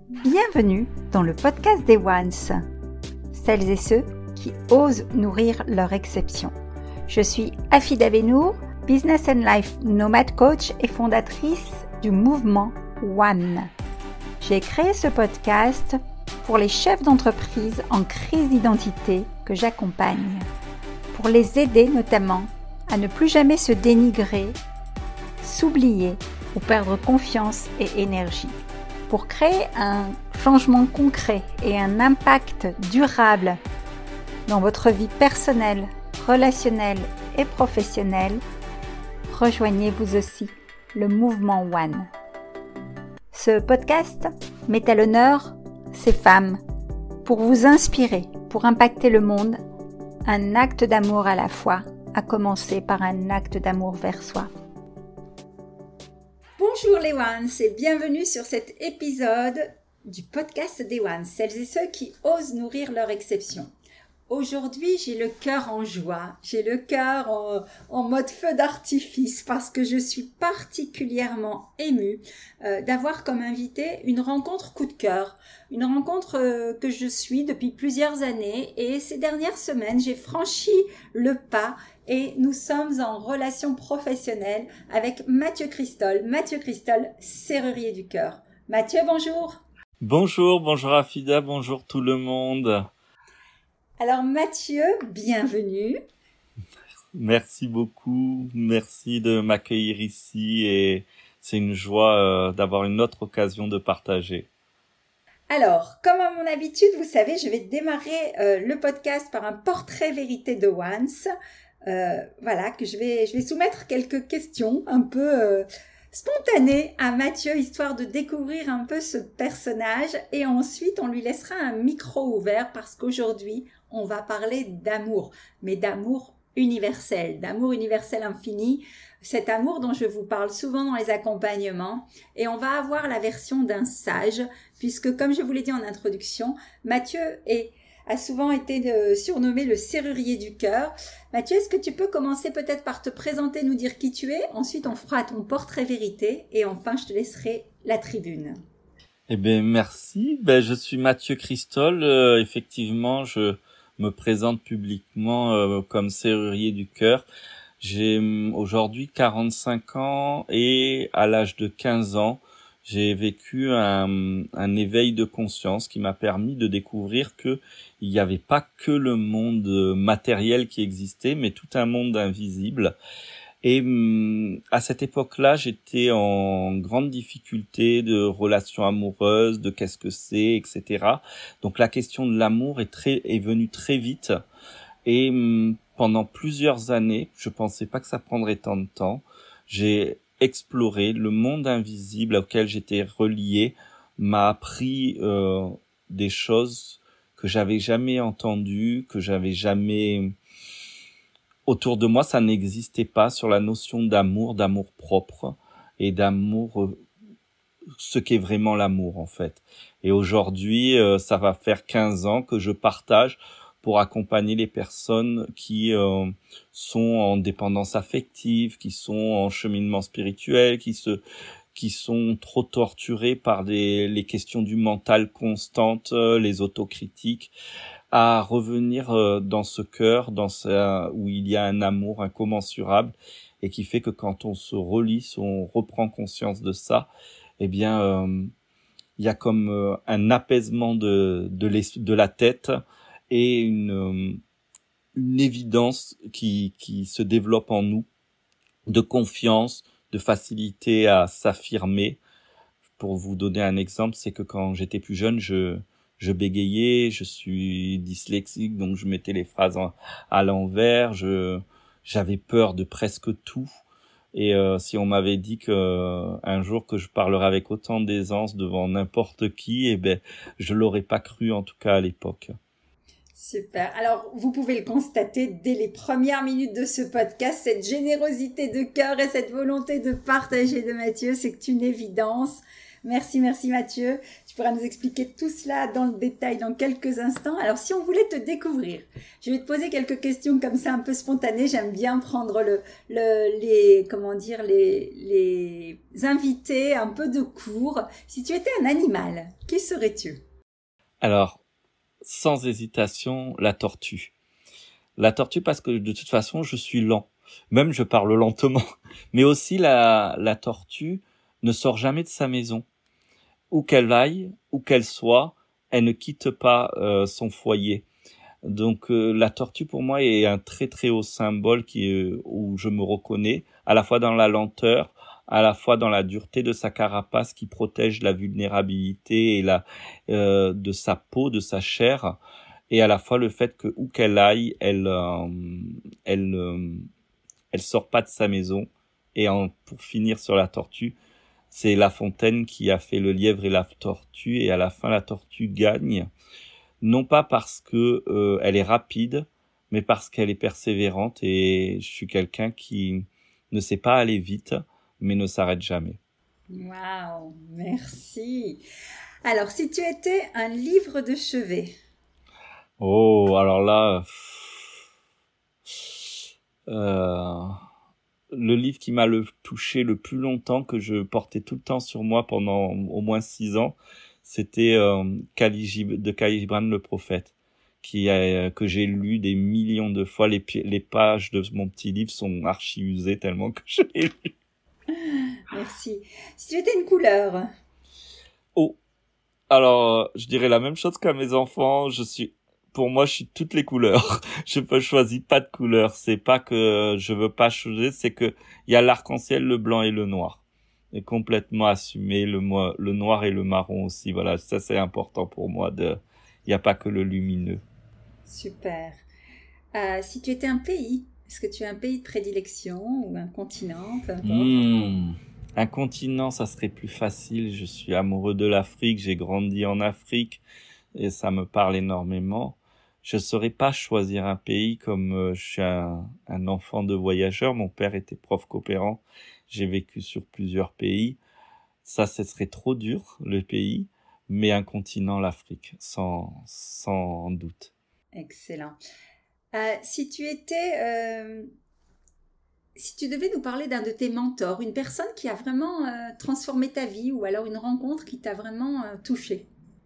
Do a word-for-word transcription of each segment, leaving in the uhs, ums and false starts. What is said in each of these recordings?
Bienvenue dans le podcast des Ones, celles et ceux qui osent nourrir leur exception. Je suis Afida Benour, Business and Life Nomad Coach et fondatrice du mouvement One. J'ai créé ce podcast pour les chefs d'entreprise en crise d'identité que j'accompagne, pour les aider notamment à ne plus jamais se dénigrer, s'oublier ou perdre confiance et énergie, pour créer un changement concret et un impact durable dans votre vie personnelle, relationnelle et professionnelle. Rejoignez vous aussi le mouvement One. Ce podcast met à l'honneur ces femmes pour vous inspirer, pour impacter le monde, un acte d'amour à la fois, à commencer par un acte d'amour vers soi. Bonjour les Ones et bienvenue sur cet épisode du podcast des Ones, celles et ceux qui osent nourrir leur exception. Aujourd'hui, j'ai le cœur en joie, j'ai le cœur en, en mode feu d'artifice parce que je suis particulièrement émue euh, d'avoir comme invité une rencontre coup de cœur, une rencontre euh, que je suis depuis plusieurs années et ces dernières semaines, j'ai franchi le pas et nous sommes en relation professionnelle avec Mathieu Cristol. Mathieu Cristol, serrurier du cœur. Mathieu, bonjour. Bonjour, bonjour Afida, bonjour tout le monde. Alors Mathieu, bienvenue. Merci beaucoup, merci de m'accueillir ici et c'est une joie euh, d'avoir une autre occasion de partager. Alors, comme à mon habitude, vous savez, je vais démarrer euh, le podcast par un portrait vérité de Ones. Euh, voilà, que je vais, je vais soumettre quelques questions un peu euh, spontanées à Mathieu, histoire de découvrir un peu ce personnage. Et ensuite, on lui laissera un micro ouvert parce qu'aujourd'hui, on va parler d'amour, mais d'amour universel, d'amour universel infini. Cet amour dont je vous parle souvent dans les accompagnements. Et on va avoir la version d'un sage, puisque comme je vous l'ai dit en introduction, Mathieu est... a souvent été surnommé le serrurier du cœur. Mathieu, est-ce que tu peux commencer peut-être par te présenter, nous dire qui tu es? Ensuite, on fera ton portrait vérité et enfin, je te laisserai la tribune. Eh bien, merci. Ben, je suis Mathieu Cristol. Euh, effectivement, je me présente publiquement euh, comme serrurier du cœur. J'ai aujourd'hui quarante-cinq ans et à l'âge de quinze ans, j'ai vécu un, un éveil de conscience qui m'a permis de découvrir que il n'y avait pas que le monde matériel qui existait, mais tout un monde invisible. Et à cette époque-là, j'étais en grande difficulté de relations amoureuses, de qu'est-ce que c'est, et cetera. Donc la question de l'amour est très est venue très vite. Et pendant plusieurs années, je pensais pas que ça prendrait tant de temps. J'ai exploré le monde invisible auquel j'étais relié, m'a appris euh, des choses que j'avais jamais entendues, que j'avais jamais... Autour de moi, ça n'existait pas sur la notion d'amour, d'amour propre et d'amour, euh, ce qu'est vraiment l'amour en fait. Et aujourd'hui, euh, ça va faire quinze ans que je partage pour accompagner les personnes qui euh, sont en dépendance affective, qui sont en cheminement spirituel, qui se qui sont trop torturées par les, les questions du mental constantes, les autocritiques, à revenir euh, dans ce cœur, dans ce, où il y a un amour incommensurable et qui fait que quand on se relie, si on reprend conscience de ça, eh bien, euh, il y a comme euh, un apaisement de de, de la tête et une euh, une évidence qui qui se développe en nous, de confiance, de facilité à s'affirmer. Pour vous donner un exemple, c'est que quand j'étais plus jeune, je je bégayais, je suis dyslexique, donc je mettais les phrases en, à l'envers, je j'avais peur de presque tout. Et euh, si on m'avait dit que euh, un jour que je parlerais avec autant d'aisance devant n'importe qui, eh ben je l'aurais pas cru, en tout cas à l'époque. Super. Alors, vous pouvez le constater dès les premières minutes de ce podcast, cette générosité de cœur et cette volonté de partager de Mathieu, c'est une évidence. Merci, merci Mathieu. Tu pourras nous expliquer tout cela dans le détail dans quelques instants. Alors, si on voulait te découvrir, je vais te poser quelques questions comme ça un peu spontanées. J'aime bien prendre le, le, les, comment dire, les, les invités un peu de cours. Si tu étais un animal, qui serais-tu? Alors, sans hésitation, la tortue. La tortue parce que de toute façon, je suis lent. Même je parle lentement. Mais aussi la, la tortue ne sort jamais de sa maison. Où qu'elle aille, où qu'elle soit, elle ne quitte pas euh, son foyer. Donc euh, la tortue pour moi est un très très haut symbole qui est, où je me reconnais, à la fois dans la lenteur, à la fois dans la dureté de sa carapace qui protège la vulnérabilité et la euh, de sa peau, de sa chair, et à la fois le fait que où qu'elle aille, elle euh, elle euh, elle sort pas de sa maison. Et en, pour finir sur la tortue, c'est La Fontaine qui a fait le lièvre et la tortue, et à la fin la tortue gagne, non pas parce que euh, elle est rapide, mais parce qu'elle est persévérante, et je suis quelqu'un qui ne sait pas aller vite, mais ne s'arrête jamais. Waouh, merci. Alors, si tu étais un livre de chevet. Oh, alors là, euh, le livre qui m'a le touché le plus longtemps, que je portais tout le temps sur moi pendant au moins six ans, c'était euh, Khalil Gib- de Khalil Gibran le prophète, qui a, que j'ai lu des millions de fois. Les, pi- les pages de mon petit livre sont archi usées tellement que je l'ai lu. Merci. Si tu étais une couleur. Oh, alors euh, je dirais la même chose qu'à mes enfants. Je suis, pour moi, je suis toutes les couleurs. Je ne choisis pas de couleur. C'est pas que je veux pas changer, c'est que il y a l'arc-en-ciel, le blanc et le noir. Et complètement assumé, le, mo- le noir et le marron aussi. Voilà, ça c'est important pour moi. De, il n'y a pas que le lumineux. Super. Euh, si tu étais un pays, est-ce que tu as un pays de prédilection ou un continent, peu importe? Hmm. Un continent, ça serait plus facile. Je suis amoureux de l'Afrique. J'ai grandi en Afrique et ça me parle énormément. Je ne saurais pas choisir un pays comme euh, je suis un, un enfant de voyageur. Mon père était prof coopérant. J'ai vécu sur plusieurs pays. Ça, ce serait trop dur, le pays, mais un continent, l'Afrique, sans, sans doute. Excellent. Euh, si tu étais, euh, si tu devais nous parler d'un de tes mentors, une personne qui a vraiment euh, transformé ta vie, ou alors une rencontre qui t'a vraiment euh, touché.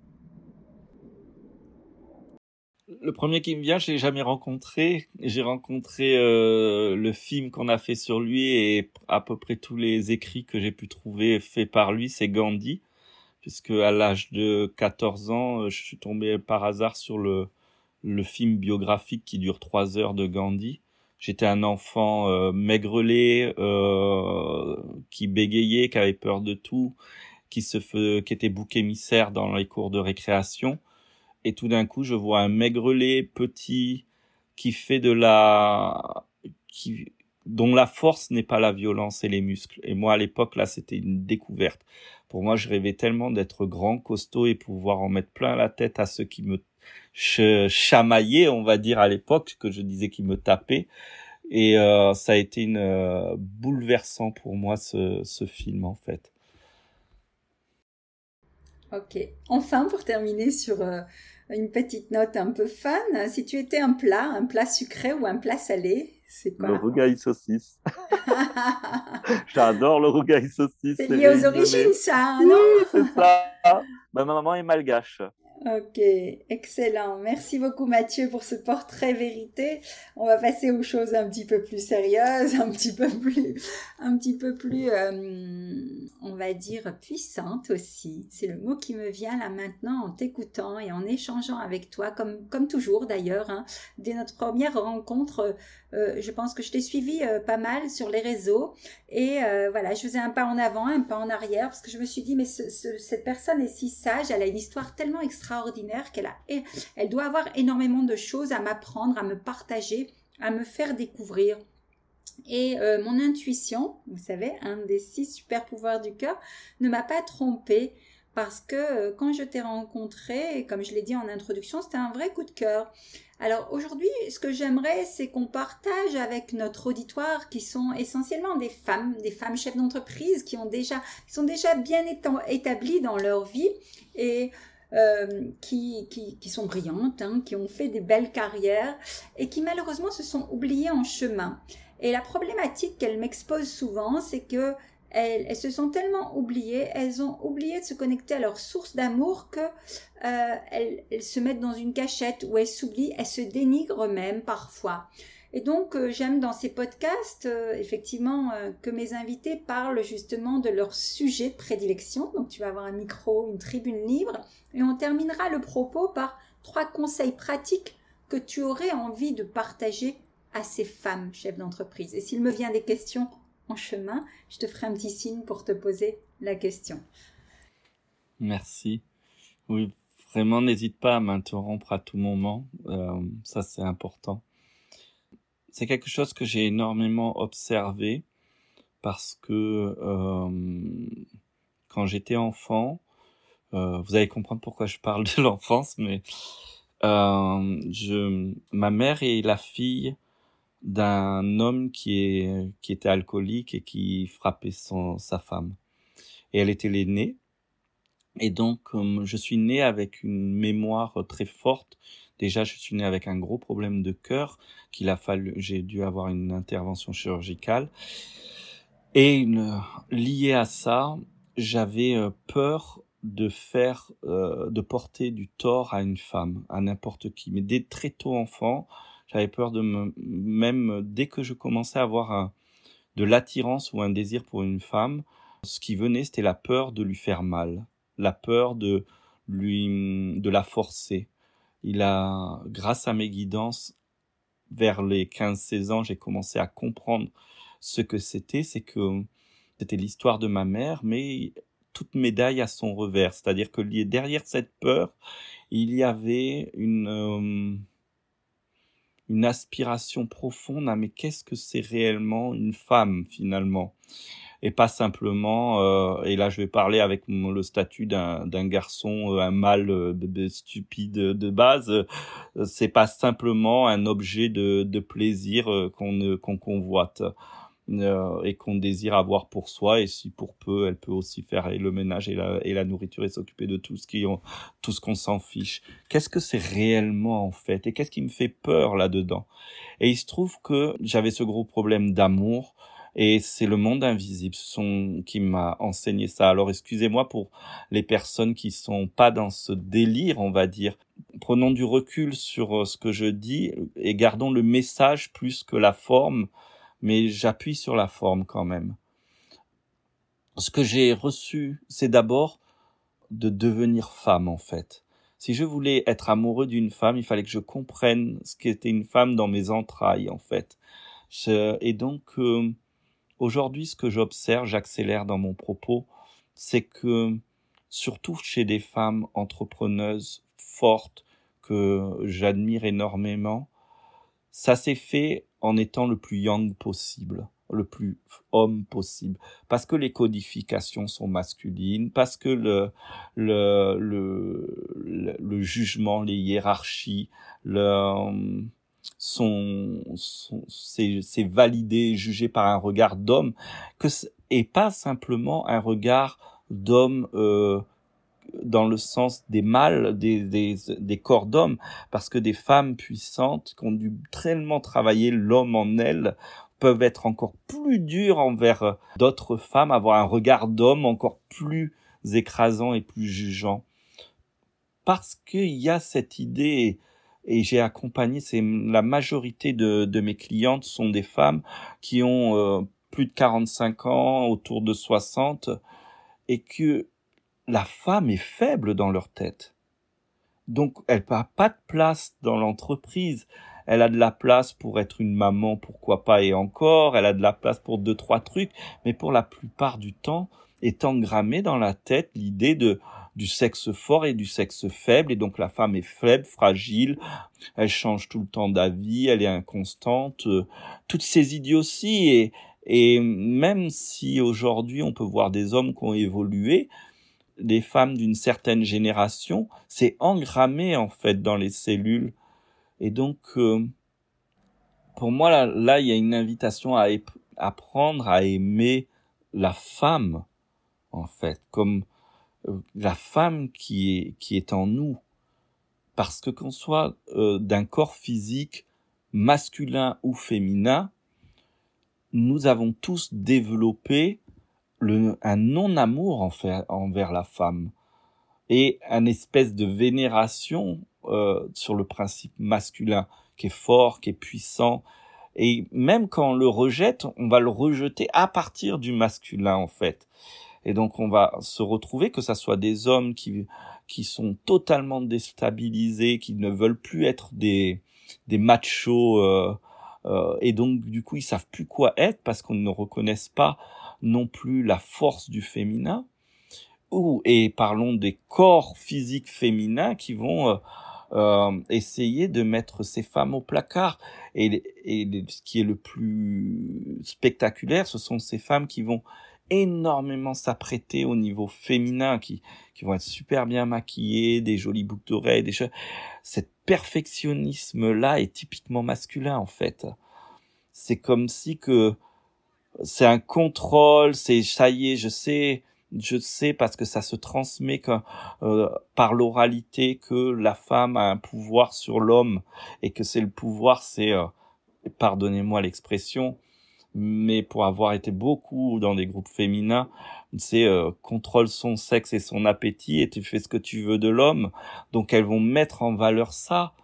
Le premier qui me vient, je l'ai jamais rencontré. J'ai rencontré euh, le film qu'on a fait sur lui et à peu près tous les écrits que j'ai pu trouver faits par lui, c'est Gandhi. Puisque à l'âge de quatorze ans, je suis tombé par hasard sur le, le film biographique qui dure trois heures de Gandhi. J'étais un enfant euh, maigrelet, euh, qui bégayait, qui avait peur de tout, qui se fait, qui était bouc émissaire dans les cours de récréation. Et tout d'un coup, je vois un maigrelet petit qui fait de la, qui, dont la force n'est pas la violence et les muscles. Et moi, à l'époque, là, c'était une découverte. Pour moi, je rêvais tellement d'être grand, costaud et pouvoir en mettre plein la tête à ceux qui me ch- chamaillaient, on va dire, à l'époque, que je disais qui me tapaient. Et euh, ça a été une euh, bouleversant pour moi, ce, ce film, en fait. Ok. Enfin, pour terminer sur euh, une petite note un peu fun, si tu étais un plat, un plat sucré ou un plat salé, c'est Le quoi? rougail saucisse. J'adore le rougail saucisse, C'est c'est lié aux réunionnais. origines, ça, Oui, non? c'est ça. Ma maman est malgache. Ok, excellent. Merci beaucoup Mathieu pour ce portrait vérité. On va passer aux choses un petit peu plus sérieuses, un petit peu plus, un petit peu plus, euh, on va dire puissantes aussi. C'est le mot qui me vient là maintenant en t'écoutant et en échangeant avec toi, comme comme toujours d'ailleurs. Hein. Dès notre première rencontre, euh, je pense que je t'ai suivi euh, pas mal sur les réseaux et euh, voilà, je faisais un pas en avant, un pas en arrière parce que je me suis dit mais ce, ce, cette personne est si sage, elle a une histoire tellement extraordinaire qu'elle a, elle doit avoir énormément de choses à m'apprendre, à me partager, à me faire découvrir. Et euh, mon intuition, vous savez, un des six super pouvoirs du cœur, ne m'a pas trompée parce que euh, quand je t'ai rencontré, comme je l'ai dit en introduction, c'était un vrai coup de cœur. Alors aujourd'hui, ce que j'aimerais, c'est qu'on partage avec notre auditoire, qui sont essentiellement des femmes, des femmes chefs d'entreprise qui ont déjà, qui sont déjà bien établies dans leur vie et euh, qui, qui, qui sont brillantes, hein, qui ont fait des belles carrières et qui malheureusement se sont oubliées en chemin. Et la problématique qu'elles m'exposent souvent, c'est que Elles, elles se sont tellement oubliées, elles ont oublié de se connecter à leur source d'amour que euh, elles, elles se mettent dans une cachette où elles s'oublient, elles se dénigrent même parfois. Et donc euh, j'aime dans ces podcasts euh, effectivement euh, que mes invités parlent justement de leur sujet de prédilection. Donc tu vas avoir un micro, une tribune libre et on terminera le propos par trois conseils pratiques que tu aurais envie de partager à ces femmes chefs d'entreprise. Et s'il me vient des questions en chemin, je te ferai un petit signe pour te poser la question. Merci. Oui, vraiment, n'hésite pas à m'interrompre à tout moment. Euh, ça, c'est important. C'est quelque chose que j'ai énormément observé parce que euh, quand j'étais enfant, euh, vous allez comprendre pourquoi je parle de l'enfance, mais euh, je, ma mère est la fille d'un homme qui est qui était alcoolique et qui frappait son sa femme. Et elle était l'aînée. Et donc euh, je suis né avec une mémoire très forte. Déjà, je suis né avec un gros problème de cœur qu'il a fallu j'ai dû avoir une intervention chirurgicale. Et une, lié à ça, j'avais euh, peur de faire euh, de porter du tort à une femme, à n'importe qui. Mais dès très tôt enfant, j'avais peur de me, même dès que je commençais à avoir un, de l'attirance ou un désir pour une femme, ce qui venait, c'était la peur de lui faire mal, la peur de lui, de la forcer. Il a, grâce à mes guidances, vers les quinze seize ans, j'ai commencé à comprendre ce que c'était. C'est que c'était l'histoire de ma mère, mais toute médaille a son revers. C'est-à-dire que derrière cette peur, il y avait une... Euh, une aspiration profonde à mais qu'est-ce que c'est réellement une femme finalement, et pas simplement euh, et là je vais parler avec mon, le statut d'un, d'un garçon, un mâle euh, de, stupide de base, euh, c'est pas simplement un objet de, de plaisir euh, qu'on, qu'on convoite euh, et qu'on désire avoir pour soi, et si pour peu elle peut aussi faire le ménage et la, et la nourriture et s'occuper de tout ce qui ont, tout ce qu'on s'en fiche. Qu'est-ce que c'est réellement en fait, et qu'est-ce qui me fait peur là-dedans? Et il se trouve que j'avais ce gros problème d'amour, et c'est le monde invisible son, qui m'a enseigné ça. Alors excusez-moi pour les personnes qui sont pas dans ce délire, on va dire. Prenons du recul sur ce que je dis et gardons le message plus que la forme, mais j'appuie sur la forme quand même. Ce que j'ai reçu, c'est d'abord de devenir femme, en fait. Si je voulais être amoureux d'une femme, il fallait que je comprenne ce qu'était une femme dans mes entrailles, en fait. Je, et donc, euh, aujourd'hui, ce que j'observe, j'accélère dans mon propos, c'est que, surtout chez des femmes entrepreneuses fortes, que j'admire énormément, ça s'est fait en étant le plus young possible, le plus homme possible, parce que les codifications sont masculines, parce que le le le le, le jugement, les hiérarchies, le sont sont c'est c'est validé, jugé par un regard d'homme, que et pas simplement un regard d'homme euh, dans le sens des mâles, des, des, des corps d'hommes, parce que des femmes puissantes qui ont dû tellement travailler l'homme en elles peuvent être encore plus dures envers d'autres femmes, avoir un regard d'homme encore plus écrasant et plus jugeant. Parce qu'il y a cette idée, et j'ai accompagné, c'est la majorité de, de mes clientes sont des femmes qui ont euh, plus de quarante-cinq ans, autour de soixante, et que la femme est faible dans leur tête. Donc, elle n'a pas de place dans l'entreprise. Elle a de la place pour être une maman, pourquoi pas, et encore. Elle a de la place pour deux, trois trucs. Mais pour la plupart du temps, est engrammée dans la tête l'idée de du sexe fort et du sexe faible. Et donc, la femme est faible, fragile. Elle change tout le temps d'avis. Elle est inconstante. Euh, toutes ces idioties. Et, et même si aujourd'hui, on peut voir des hommes qui ont évolué, les femmes d'une certaine génération, c'est engrammé en fait dans les cellules. Et donc, euh, pour moi, là, là, il y a une invitation à ép- apprendre à aimer la femme, en fait, comme euh, la femme qui est qui est en nous, parce que qu'on soit euh, d'un corps physique masculin ou féminin, nous avons tous développé le, un non-amour en fait, envers la femme et une espèce de vénération euh, sur le principe masculin qui est fort, qui est puissant. Et même quand on le rejette, on va le rejeter à partir du masculin en fait. Et donc on va se retrouver, que ça soit des hommes qui qui sont totalement déstabilisés, qui ne veulent plus être des des machos, euh, euh, et donc du coup ils savent plus quoi être parce qu'on ne reconnaissent pas non plus la force du féminin. Ou et parlons des corps physiques féminins qui vont euh, euh, essayer de mettre ces femmes au placard. Et, et ce qui est le plus spectaculaire, ce sont ces femmes qui vont énormément s'apprêter au niveau féminin, qui qui vont être super bien maquillées, des jolies boucles d'oreilles, des choses. Cet perfectionnisme-là est typiquement masculin en fait. C'est comme si que c'est un contrôle, c'est ça y est, je sais, je sais parce que ça se transmet que, euh, par l'oralité que la femme a un pouvoir sur l'homme et que c'est le pouvoir, c'est, euh, pardonnez-moi l'expression, mais pour avoir été beaucoup dans des groupes féminins, c'est euh, contrôle son sexe et son appétit et tu fais ce que tu veux de l'homme. Donc elles vont mettre en valeur ça.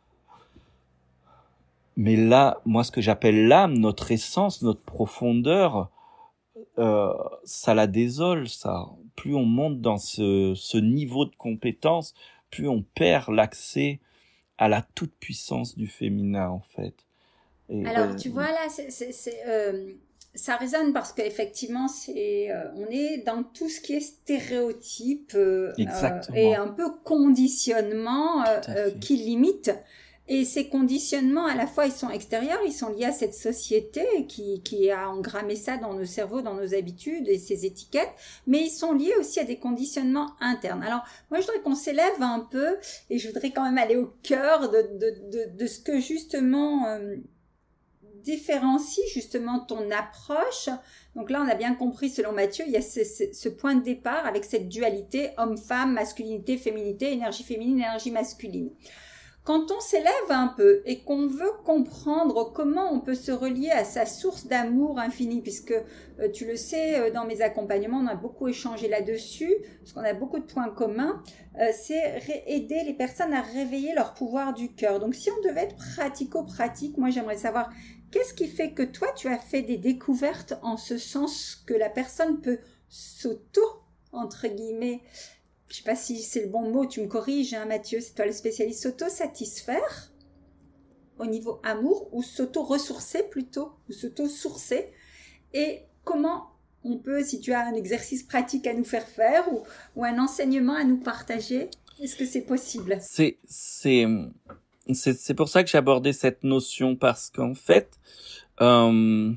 Mais là, moi, ce que j'appelle l'âme, notre essence, notre profondeur, euh, ça la désole, ça. Plus on monte dans ce, ce niveau de compétence, plus on perd l'accès à la toute-puissance du féminin, en fait. Et Alors, euh... tu vois, là, c'est, c'est, c'est, euh, ça résonne parce qu'effectivement, c'est, euh, on est dans tout ce qui est stéréotype euh, euh, et un peu conditionnement euh, euh, qui limite. Et ces conditionnements, à la fois, ils sont extérieurs, ils sont liés à cette société qui, qui a engrammé ça dans nos cerveaux, dans nos habitudes et ces étiquettes, mais ils sont liés aussi à des conditionnements internes. Alors, moi, je voudrais qu'on s'élève un peu et je voudrais quand même aller au cœur de, de, de, de ce que justement euh, différencie justement ton approche. Donc là, on a bien compris, selon Mathieu, il y a ce, ce, ce point de départ avec cette dualité homme-femme, masculinité, féminité, énergie féminine, énergie masculine. Quand on s'élève un peu et qu'on veut comprendre comment on peut se relier à sa source d'amour infini, puisque euh, tu le sais, euh, dans mes accompagnements, on a beaucoup échangé là-dessus, parce qu'on a beaucoup de points communs, euh, c'est ré- aider les personnes à réveiller leur pouvoir du cœur. Donc si on devait être pratico-pratique, moi j'aimerais savoir qu'est-ce qui fait que toi tu as fait des découvertes en ce sens que la personne peut s'auto, entre guillemets, je ne sais pas si c'est le bon mot, tu me corriges, hein, Mathieu, c'est toi le spécialiste, s'auto-satisfaire au niveau amour ou s'auto-ressourcer plutôt, ou s'auto-sourcer. Et comment on peut, si tu as un exercice pratique à nous faire faire ou, ou un enseignement à nous partager, est-ce que c'est possible ? C'est, c'est, c'est, c'est pour ça que j'ai abordé cette notion, parce qu'en fait, euh,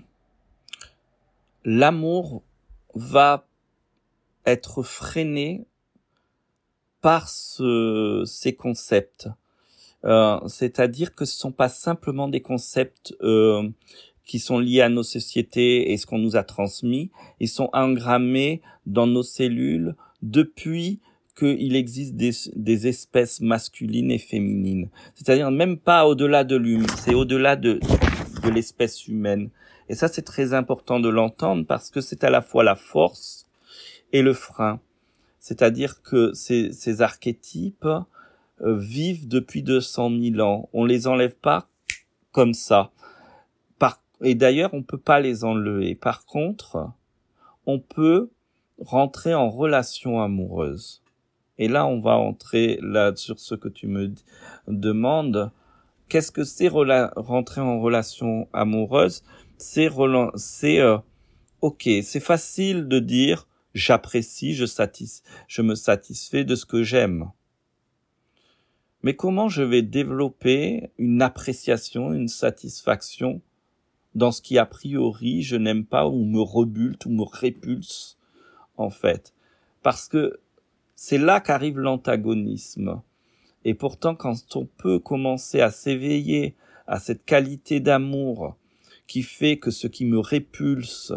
l'amour va être freiné par ce, ces concepts. Euh, c'est-à-dire que ce sont pas simplement des concepts euh, qui sont liés à nos sociétés et ce qu'on nous a transmis. Ils sont engrammés dans nos cellules depuis qu'il existe des, des espèces masculines et féminines. C'est-à-dire même pas au-delà de l'humain, c'est au-delà de, de l'espèce humaine. Et ça, c'est très important de l'entendre parce que c'est à la fois la force et le frein. C'est-à-dire que ces, ces archétypes euh, vivent depuis deux cent mille ans. On les enlève pas comme ça. Par, et d'ailleurs, on peut pas les enlever. Par contre, on peut rentrer en relation amoureuse. Et là, on va entrer là sur ce que tu me d- demandes. Qu'est-ce que c'est rela- rentrer en relation amoureuse ? C'est, rela- c'est euh, ok, c'est facile de dire j'apprécie, je satis, je me satisfais de ce que j'aime. Mais comment je vais développer une appréciation, une satisfaction dans ce qui a priori je n'aime pas ou me rebulte ou me répulse en fait? Parce que c'est là qu'arrive l'antagonisme. Et pourtant, quand on peut commencer à s'éveiller à cette qualité d'amour qui fait que ce qui me répulse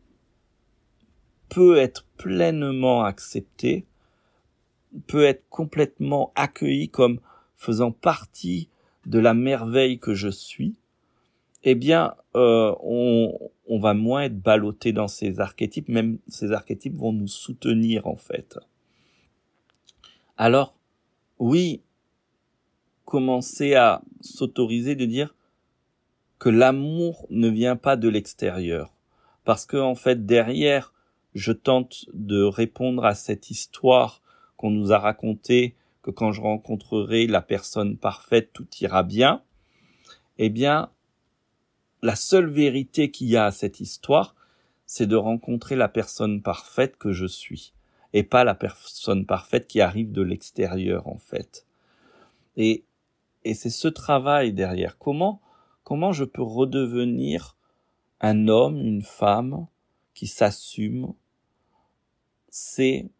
peut être pleinement accepté, peut être complètement accueilli comme faisant partie de la merveille que je suis, eh bien, euh, on, on va moins être ballotté dans ces archétypes, même ces archétypes vont nous soutenir en fait. Alors, oui, commencer à s'autoriser de dire que l'amour ne vient pas de l'extérieur. Parce que, en fait, derrière, je tente de répondre à cette histoire qu'on nous a racontée, que quand je rencontrerai la personne parfaite, tout ira bien. Eh bien, la seule vérité qu'il y a à cette histoire, c'est de rencontrer la personne parfaite que je suis. Et pas la personne parfaite qui arrive de l'extérieur, en fait. Et, et c'est ce travail derrière. Comment, comment je peux redevenir un homme, une femme qui s'assume? C'est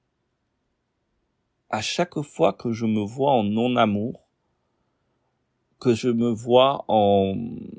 à chaque fois que je me vois en non-amour, que je me vois en,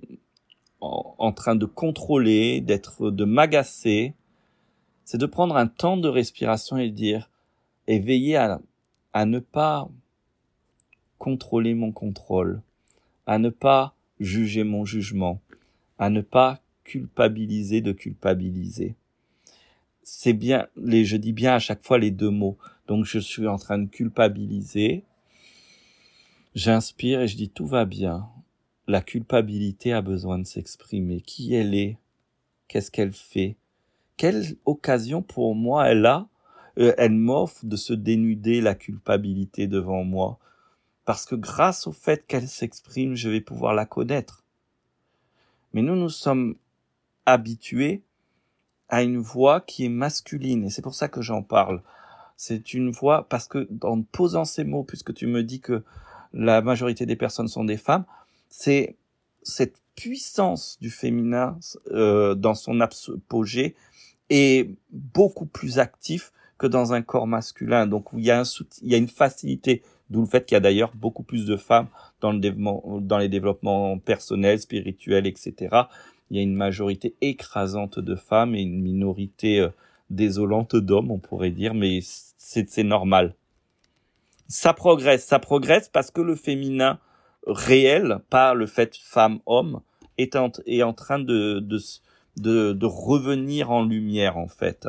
en, en train de contrôler, d'être, de m'agacer, c'est de prendre un temps de respiration et dire, et veiller à, à ne pas contrôler mon contrôle, à ne pas juger mon jugement, à ne pas culpabiliser de culpabiliser. C'est bien, les, je dis bien à chaque fois les deux mots. Donc je suis en train de culpabiliser, j'inspire et je dis tout va bien. La culpabilité a besoin de s'exprimer. Qui elle est? Qu'est-ce qu'elle fait? Quelle occasion pour moi elle a? euh, Elle m'offre de se dénuder la culpabilité devant moi. Parce que grâce au fait qu'elle s'exprime, je vais pouvoir la connaître. Mais nous, nous sommes habitués à une voix qui est masculine. Et c'est pour ça que j'en parle. C'est une voix, parce que en posant ces mots, puisque tu me dis que la majorité des personnes sont des femmes, c'est cette puissance du féminin euh, dans son apogée est beaucoup plus actif que dans un corps masculin. Donc il y a un soutien, il y a une facilité, d'où le fait qu'il y a d'ailleurs beaucoup plus de femmes dans le développement, dans les développements personnels, spirituels, et cetera. Il y a une majorité écrasante de femmes et une minorité euh, désolante d'hommes, on pourrait dire, mais c'est, c'est normal. Ça progresse, ça progresse parce que le féminin réel, pas le fait femme-homme, est en, est en train de, de, de, de revenir en lumière, en fait.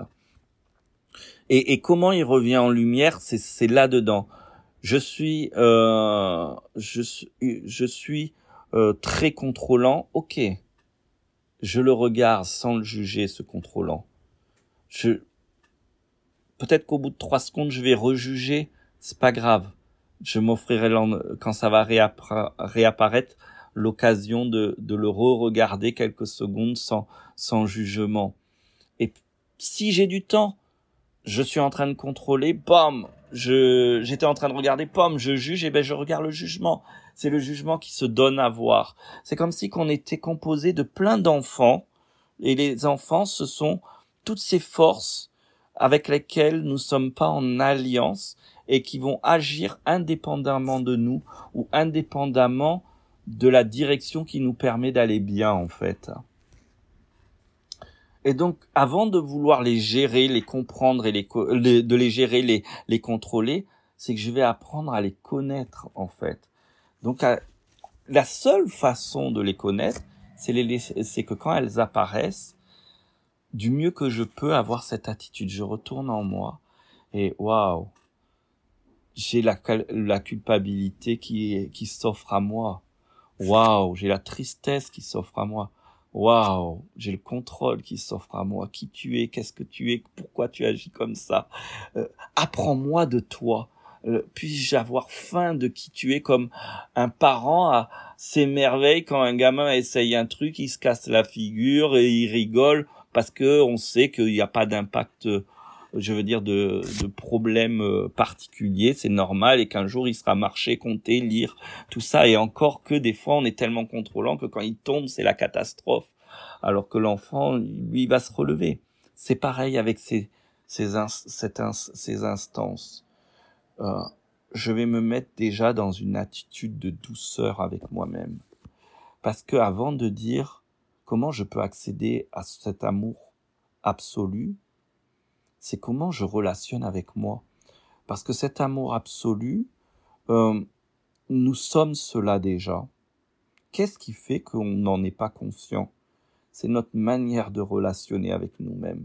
Et, et comment il revient en lumière, c'est, c'est là-dedans. Je suis, euh, je suis, je suis euh, très contrôlant, ok. Je le regarde sans le juger, ce contrôlant. Je, peut-être qu'au bout de trois secondes, je vais rejuger. C'est pas grave. Je m'offrirai, quand ça va réappara- réapparaître, l'occasion de, de le re-regarder quelques secondes sans, sans jugement. Et si j'ai du temps, je suis en train de contrôler, bam, je, j'étais en train de regarder, bam, je juge, et ben, je regarde le jugement. C'est le jugement qui se donne à voir. C'est comme si qu'on était composé de plein d'enfants, et les enfants, ce sont toutes ces forces avec lesquelles nous sommes pas en alliance et qui vont agir indépendamment de nous ou indépendamment de la direction qui nous permet d'aller bien, en fait. Et donc, avant de vouloir les gérer, les comprendre et les, les de les gérer, les, les contrôler, c'est que je vais apprendre à les connaître, en fait. Donc, à, la seule façon de les connaître, c'est, les, c'est que quand elles apparaissent, du mieux que je peux avoir cette attitude, je retourne en moi et waouh, j'ai la, la culpabilité qui, qui s'offre à moi. Waouh, j'ai la tristesse qui s'offre à moi. Waouh, j'ai le contrôle qui s'offre à moi. Qui tu es, qu'est-ce que tu es, pourquoi tu agis comme ça. Euh, apprends-moi de toi. Euh, puis-je avoir faim de qui tu es, comme un parent à s'émerveille quand un gamin essaye un truc, il se casse la figure et il rigole parce que on sait qu'il n'y a pas d'impact, je veux dire, de, de problème particulier, c'est normal, et qu'un jour il sera marcher, compter, lire, tout ça, et encore que des fois on est tellement contrôlant que quand il tombe c'est la catastrophe, alors que l'enfant, lui, il va se relever. C'est pareil avec ces, ces, ins, cette ins, ces instances. euh, je vais me mettre déjà dans une attitude de douceur avec moi-même. Parce que avant de dire comment je peux accéder à cet amour absolu, c'est comment je relationne avec moi. Parce que cet amour absolu, euh, nous sommes cela déjà. Qu'est-ce qui fait qu'on n'en est pas conscient? C'est notre manière de relationner avec nous-mêmes.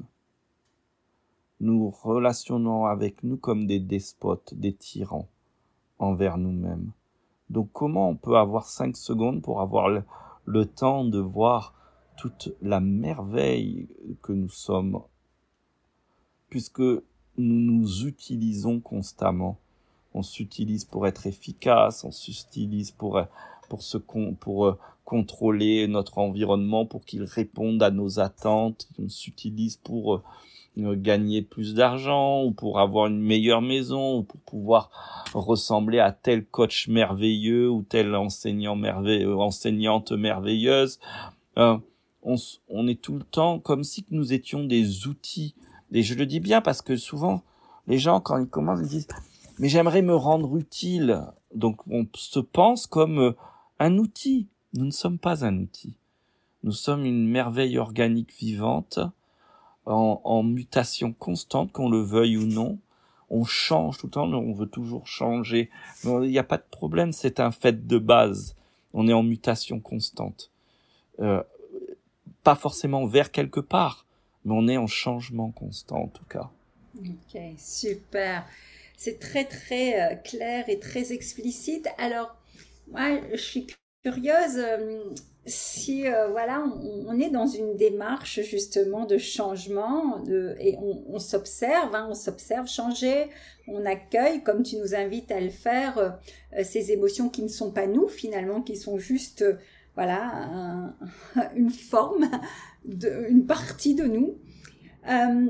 Nous relationnons avec nous comme des despotes, des tyrans envers nous-mêmes. Donc comment on peut avoir cinq secondes pour avoir le, le temps de voir toute la merveille que nous sommes, puisque nous nous utilisons constamment. On s'utilise pour être efficace, on s'utilise pour, pour, se, pour contrôler notre environnement, pour qu'il réponde à nos attentes, on s'utilise pour gagner plus d'argent, ou pour avoir une meilleure maison, ou pour pouvoir ressembler à tel coach merveilleux, ou telle enseignant merveille, enseignante merveilleuse. Euh, on, on est tout le temps comme si nous étions des outils. Et je le dis bien parce que souvent, les gens, quand ils commencent, ils disent « mais j'aimerais me rendre utile ». Donc, on se pense comme un outil. Nous ne sommes pas un outil. Nous sommes une merveille organique vivante, en, en mutation constante, qu'on le veuille ou non. On change tout le temps, on veut toujours changer. Il n'y a pas de problème, c'est un fait de base. On est en mutation constante. Euh, pas forcément vers quelque part, mais on est en changement constant en tout cas. Ok, super. C'est très très euh, clair et très explicite. Alors, moi, je suis curieuse euh, si euh, voilà, on, on est dans une démarche justement de changement de, et on, on s'observe, hein, on s'observe changer, on accueille, comme tu nous invites à le faire, euh, ces émotions qui ne sont pas nous finalement, qui sont juste euh, voilà un, une forme, de, une partie de nous. Euh,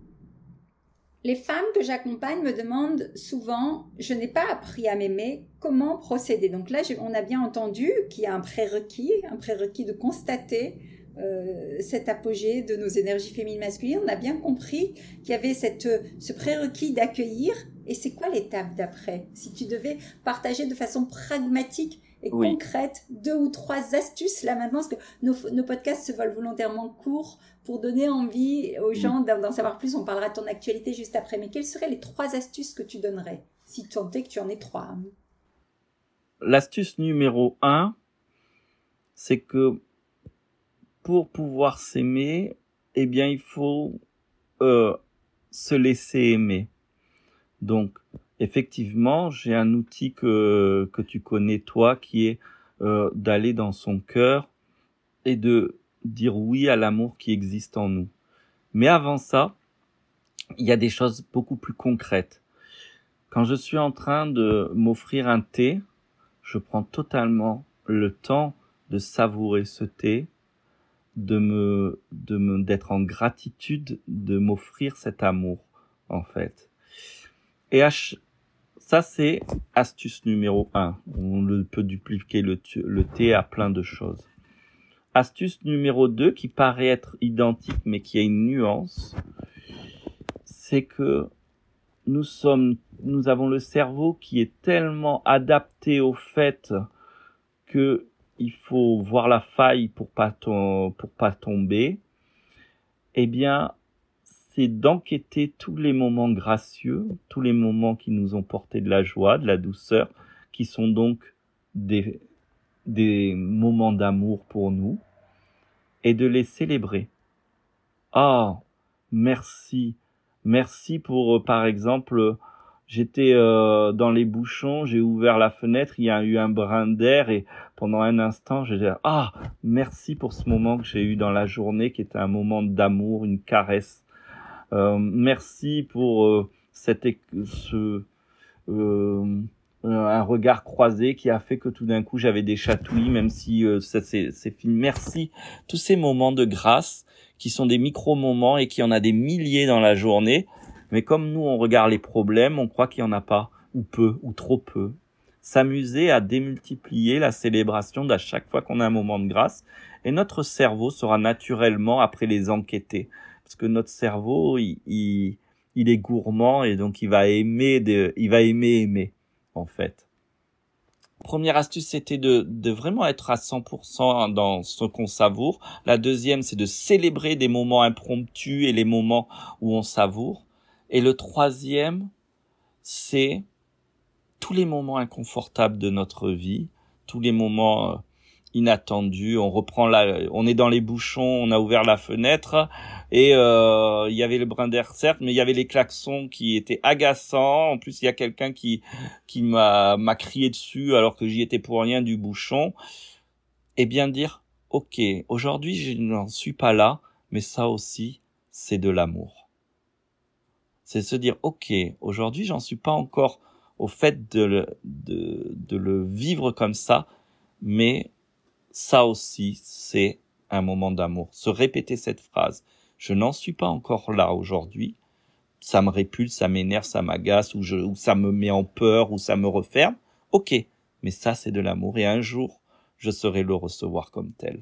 Les femmes que j'accompagne me demandent souvent, je n'ai pas appris à m'aimer, comment procéder? Donc là, on a bien entendu qu'il y a un prérequis, un prérequis de constater euh, cet apogée de nos énergies féminines masculines. On a bien compris qu'il y avait cette, ce prérequis d'accueillir. Et c'est quoi l'étape d'après? Si tu devais partager de façon pragmatique et oui. concrète deux ou trois astuces là maintenant, parce que nos, nos podcasts se veulent volontairement courts pour donner envie aux gens d'en, d'en savoir plus. On parlera de ton actualité juste après, mais quelles seraient les trois astuces que tu donnerais, si tant est que tu en aies trois? L'astuce numéro un, c'est que pour pouvoir s'aimer, eh bien il faut euh, se laisser aimer. Donc effectivement, j'ai un outil que que tu connais toi, qui est euh, d'aller dans son cœur et de dire oui à l'amour qui existe en nous. Mais avant ça, il y a des choses beaucoup plus concrètes. Quand je suis en train de m'offrir un thé, je prends totalement le temps de savourer ce thé, de me, de me, d'être en gratitude de m'offrir cet amour, en fait. Et à ch- ça, c'est astuce numéro un. On le, peut dupliquer le, le thé à plein de choses. Astuce numéro deux, qui paraît être identique, mais qui a une nuance, c'est que nous sommes, nous avons le cerveau qui est tellement adapté au fait que il faut voir la faille pour pas tom- pour pas tomber. Eh bien, c'est d'enquêter tous les moments gracieux, tous les moments qui nous ont porté de la joie, de la douceur, qui sont donc des, des moments d'amour pour nous, et de les célébrer. Ah, merci. Merci pour, euh, par exemple, euh, j'étais euh, dans les bouchons, j'ai ouvert la fenêtre, il y a eu un brin d'air et pendant un instant, j'ai dit « Ah, merci pour ce moment que j'ai eu dans la journée qui était un moment d'amour, une caresse. Euh, merci pour euh, cette, ce, euh, un regard croisé qui a fait que tout d'un coup, j'avais des chatouilles, même si euh, ça c'est, c'est fini. Merci. Tous ces moments de grâce qui sont des micro-moments et qui en a des milliers dans la journée. Mais comme nous, on regarde les problèmes, on croit qu'il y en a pas, ou peu, ou trop peu. S'amuser à démultiplier la célébration d'à chaque fois qu'on a un moment de grâce. Et notre cerveau sera naturellement après les enquêter. Parce que notre cerveau, il, il, il est gourmand et donc il va aimer de, il va aimer aimer en fait. Première astuce, c'était de, de vraiment être à cent pour cent dans ce qu'on savoure. La deuxième, c'est de célébrer des moments impromptus et les moments où on savoure. Et le troisième, c'est tous les moments inconfortables de notre vie, tous les moments euh, inattendus. On reprend la, on est dans les bouchons, on a ouvert la fenêtre et euh, il y avait le brin d'air certes, mais il y avait les klaxons qui étaient agaçants. En plus, il y a quelqu'un qui qui m'a m'a crié dessus alors que j'y étais pour rien du bouchon. Et bien dire, ok, aujourd'hui je n'en suis pas là, mais ça aussi c'est de l'amour. C'est se dire, ok, aujourd'hui j'en suis pas encore au fait de le, de, de le vivre comme ça, mais ça aussi, c'est un moment d'amour. Se répéter cette phrase. Je n'en suis pas encore là aujourd'hui. Ça me répulse, ça m'énerve, ça m'agace, ou, je, ou ça me met en peur, ou ça me referme. Ok, mais ça, c'est de l'amour. Et un jour, je saurai le recevoir comme tel.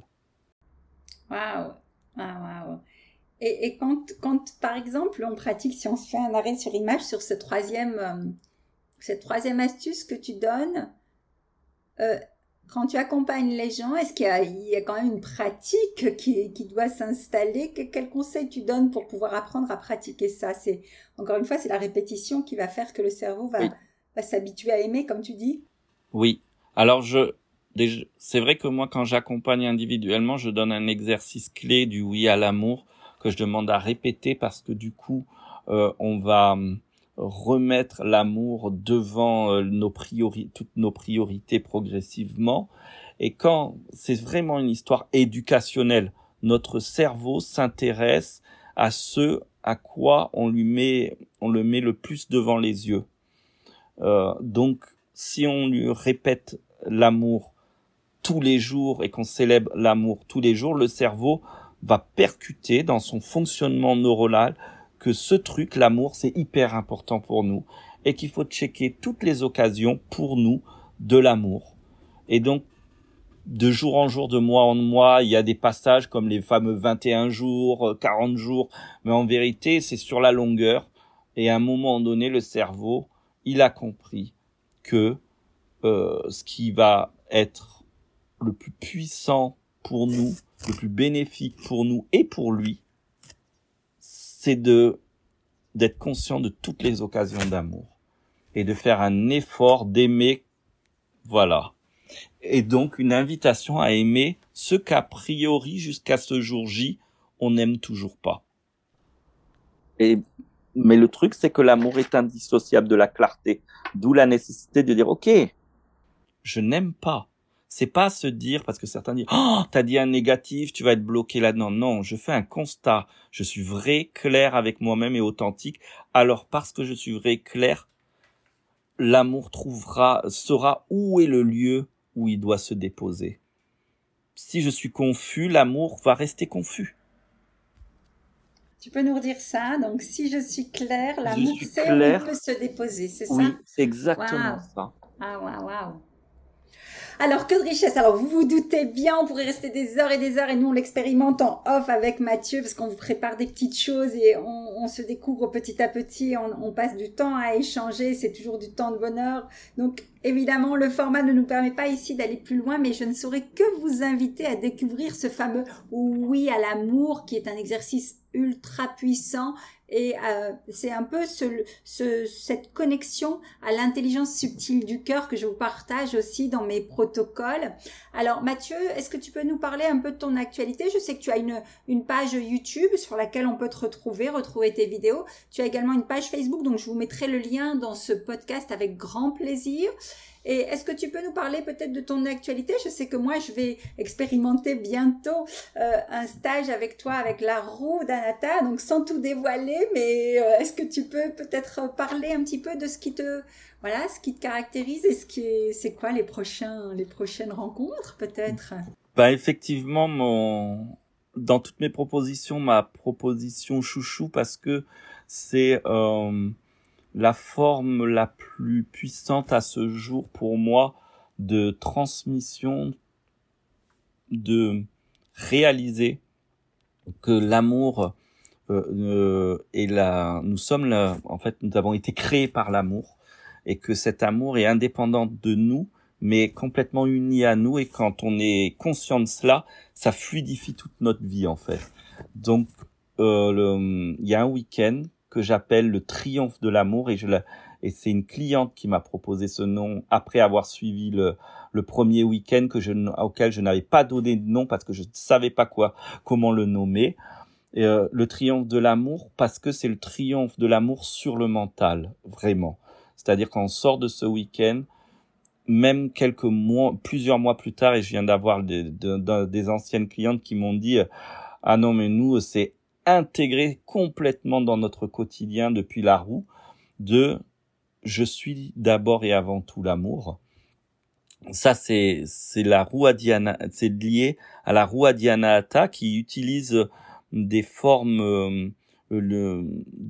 Waouh, waouh, waouh. Et, et quand, quand, par exemple, on pratique, si on se fait un arrêt sur image sur ce troisième, euh, cette troisième astuce que tu donnes, euh, quand tu accompagnes les gens, est-ce qu'il y a, il y a quand même une pratique qui, qui doit s'installer? Quel, quel conseil tu donnes pour pouvoir apprendre à pratiquer ça? C'est, encore une fois, c'est la répétition qui va faire que le cerveau va, oui. va s'habituer à aimer, comme tu dis? Oui. Alors, je, déjà, c'est vrai que moi, quand j'accompagne individuellement, je donne un exercice clé du oui à l'amour que je demande à répéter parce que du coup, euh, on va remettre l'amour devant euh, nos priorités, toutes nos priorités progressivement. Et quand c'est vraiment une histoire éducationnelle, notre cerveau s'intéresse à ce à quoi on lui met, on le met le plus devant les yeux. Euh, donc, si on lui répète l'amour tous les jours et qu'on célèbre l'amour tous les jours, le cerveau va percuter dans son fonctionnement neuronal que ce truc, l'amour, c'est hyper important pour nous et qu'il faut checker toutes les occasions pour nous de l'amour. Et donc, de jour en jour, de mois en mois, il y a des passages comme les fameux vingt et un jours, quarante jours, mais en vérité, c'est sur la longueur. Et à un moment donné, le cerveau, il a compris que euh, ce qui va être le plus puissant pour nous, le plus bénéfique pour nous et pour lui, c'est de d'être conscient de toutes les occasions d'amour et de faire un effort d'aimer, voilà. Et donc une invitation à aimer ce qu'a priori jusqu'à ce jour J, on n'aime toujours pas. Et mais le truc, c'est que l'amour est indissociable de la clarté, d'où la nécessité de dire ok, je n'aime pas. C'est pas se dire, parce que certains disent « Oh, t'as dit un négatif, tu vas être bloqué là-dedans. » Non, je fais un constat. Je suis vrai, clair avec moi-même et authentique. Alors, parce que je suis vrai, clair, l'amour trouvera, saura où est le lieu où il doit se déposer. Si je suis confus, l'amour va rester confus. Tu peux nous redire ça? Donc, si je suis claire, l'amour sait où il peut se déposer, c'est oui, ça? Oui, c'est exactement wow. ça. Ah, waouh, waouh. Alors, que de richesse. Alors, vous vous doutez bien, on pourrait rester des heures et des heures et nous, on l'expérimente en off avec Mathieu parce qu'on vous prépare des petites choses et on, on se découvre petit à petit, on, on passe du temps à échanger, c'est toujours du temps de bonheur. Donc, évidemment, le format ne nous permet pas ici d'aller plus loin, mais je ne saurais que vous inviter à découvrir ce fameux oui à l'amour qui est un exercice ultra puissant. Et euh, c'est un peu ce, ce, cette connexion à l'intelligence subtile du cœur que je vous partage aussi dans mes protocoles. Alors Mathieu, est-ce que tu peux nous parler un peu de ton actualité? Je sais que tu as une, une page YouTube sur laquelle on peut te retrouver, retrouver tes vidéos. Tu as également une page Facebook, donc je vous mettrai le lien dans ce podcast avec grand plaisir. Et est-ce que tu peux nous parler peut-être de ton actualité? Je sais que moi, je vais expérimenter bientôt euh, un stage avec toi, avec la roue d'Anata, donc sans tout dévoiler, mais euh, est-ce que tu peux peut-être parler un petit peu de ce qui te, voilà, ce qui te caractérise et ce qui est, c'est quoi les prochains, les prochaines rencontres peut-être? Bah effectivement, mon, dans toutes mes propositions, ma proposition chouchou parce que c'est euh, la forme la plus puissante à ce jour pour moi de transmission, de réaliser que l'amour euh, euh, et là, nous sommes là, en fait, nous avons été créés par l'amour, et que cet amour est indépendant de nous, mais complètement uni à nous. Et quand on est conscient de cela, ça fluidifie toute notre vie, en fait. Donc, euh, le, il y a un week-end que j'appelle le triomphe de l'amour, et je la, et c'est une cliente qui m'a proposé ce nom après avoir suivi le, le premier week-end que je, auquel je n'avais pas donné de nom parce que je ne savais pas quoi, comment le nommer. Et, euh, le triomphe de l'amour, parce que c'est le triomphe de l'amour sur le mental, vraiment. C'est-à-dire quand on sort de ce week-end, même quelques mois, plusieurs mois plus tard, et je viens d'avoir des, de, de, des anciennes clientes qui m'ont dit « Ah non, mais nous, c'est intégré complètement dans notre quotidien depuis la roue de « Je suis d'abord et avant tout l'amour ». Ça, c'est, c'est la Ruadhyana, c'est lié à la Ruadhyanahata qui utilise des formes euh, le,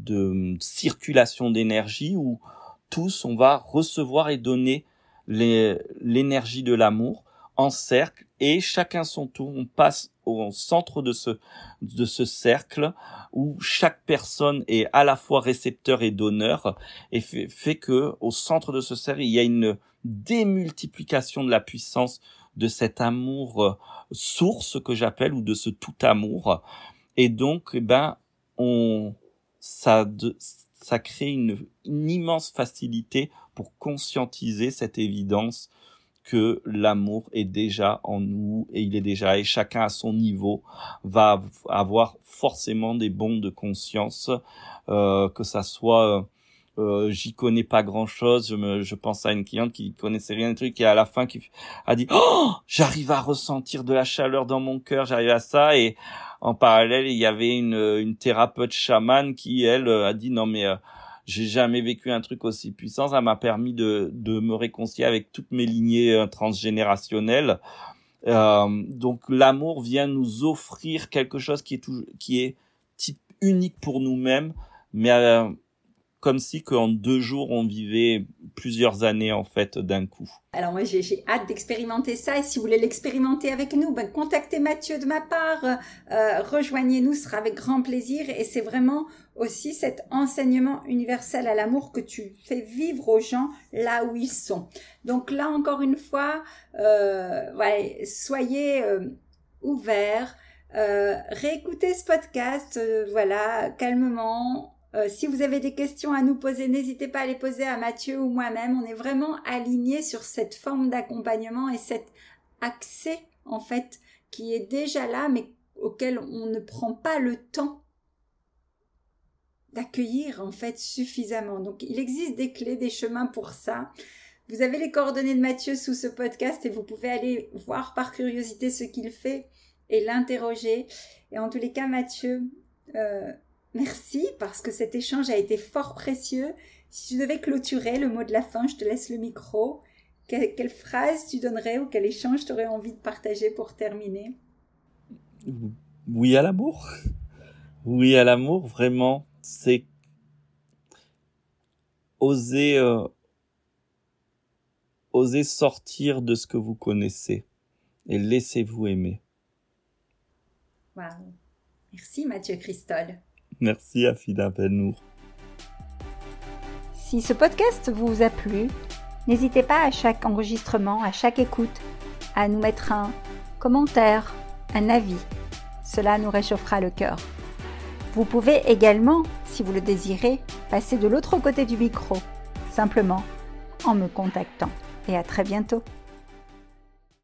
de circulation d'énergie où tous, on va recevoir et donner les, l'énergie de l'amour en cercle, et chacun son tour, on passe au centre de ce, de ce cercle où chaque personne est à la fois récepteur et donneur, et fait, fait que au centre de ce cercle, il y a une démultiplication de la puissance de cet amour euh, source que j'appelle, ou de ce tout amour. Et donc, eh ben, on, ça, de, ça crée une, une immense facilité pour conscientiser cette évidence que l'amour est déjà en nous, et il est déjà, et chacun à son niveau va avoir forcément des bonds de conscience, euh, que ça soit, euh, j'y connais pas grand chose, je me, je pense à une cliente qui connaissait rien des trucs, et à la fin qui a dit, oh, j'arrive à ressentir de la chaleur dans mon cœur, j'arrive à ça, et en parallèle, il y avait une, une thérapeute chamane qui, elle, a dit, non mais, euh, j'ai jamais vécu un truc aussi puissant. Ça m'a permis de, de me réconcilier avec toutes mes lignées euh, transgénérationnelles. Euh, donc, l'amour vient nous offrir quelque chose qui est tout, qui est type unique pour nous-mêmes, mais euh, comme si qu'en deux jours, on vivait plusieurs années, en fait, d'un coup. Alors moi, j'ai, j'ai hâte d'expérimenter ça. Et si vous voulez l'expérimenter avec nous, ben, contactez Mathieu de ma part. Euh, rejoignez-nous, ce sera avec grand plaisir. Et c'est vraiment aussi cet enseignement universel à l'amour que tu fais vivre aux gens là où ils sont. Donc là, encore une fois, euh, ouais, soyez euh, ouverts. Euh, réécoutez ce podcast, euh, voilà, calmement. Euh, si vous avez des questions à nous poser, n'hésitez pas à les poser à Mathieu ou moi-même. On est vraiment alignés sur cette forme d'accompagnement et cet accès, en fait, qui est déjà là, mais auquel on ne prend pas le temps d'accueillir, en fait, suffisamment. Donc, il existe des clés, des chemins pour ça. Vous avez les coordonnées de Mathieu sous ce podcast et vous pouvez aller voir par curiosité ce qu'il fait et l'interroger. Et en tous les cas, Mathieu... Euh, Merci, parce que cet échange a été fort précieux. Si tu devais clôturer le mot de la fin, je te laisse le micro. Quelle, quelle phrase tu donnerais ou quel échange tu aurais envie de partager pour terminer? Oui à l'amour. Oui à l'amour, vraiment. C'est oser, euh, oser sortir de ce que vous connaissez et laissez-vous aimer. Waouh. Merci Mathieu Christol. Merci Afida Ben-Nour. Si ce podcast vous a plu, n'hésitez pas à chaque enregistrement, à chaque écoute, à nous mettre un commentaire, un avis. Cela nous réchauffera le cœur. Vous pouvez également, si vous le désirez, passer de l'autre côté du micro, simplement en me contactant. Et à très bientôt.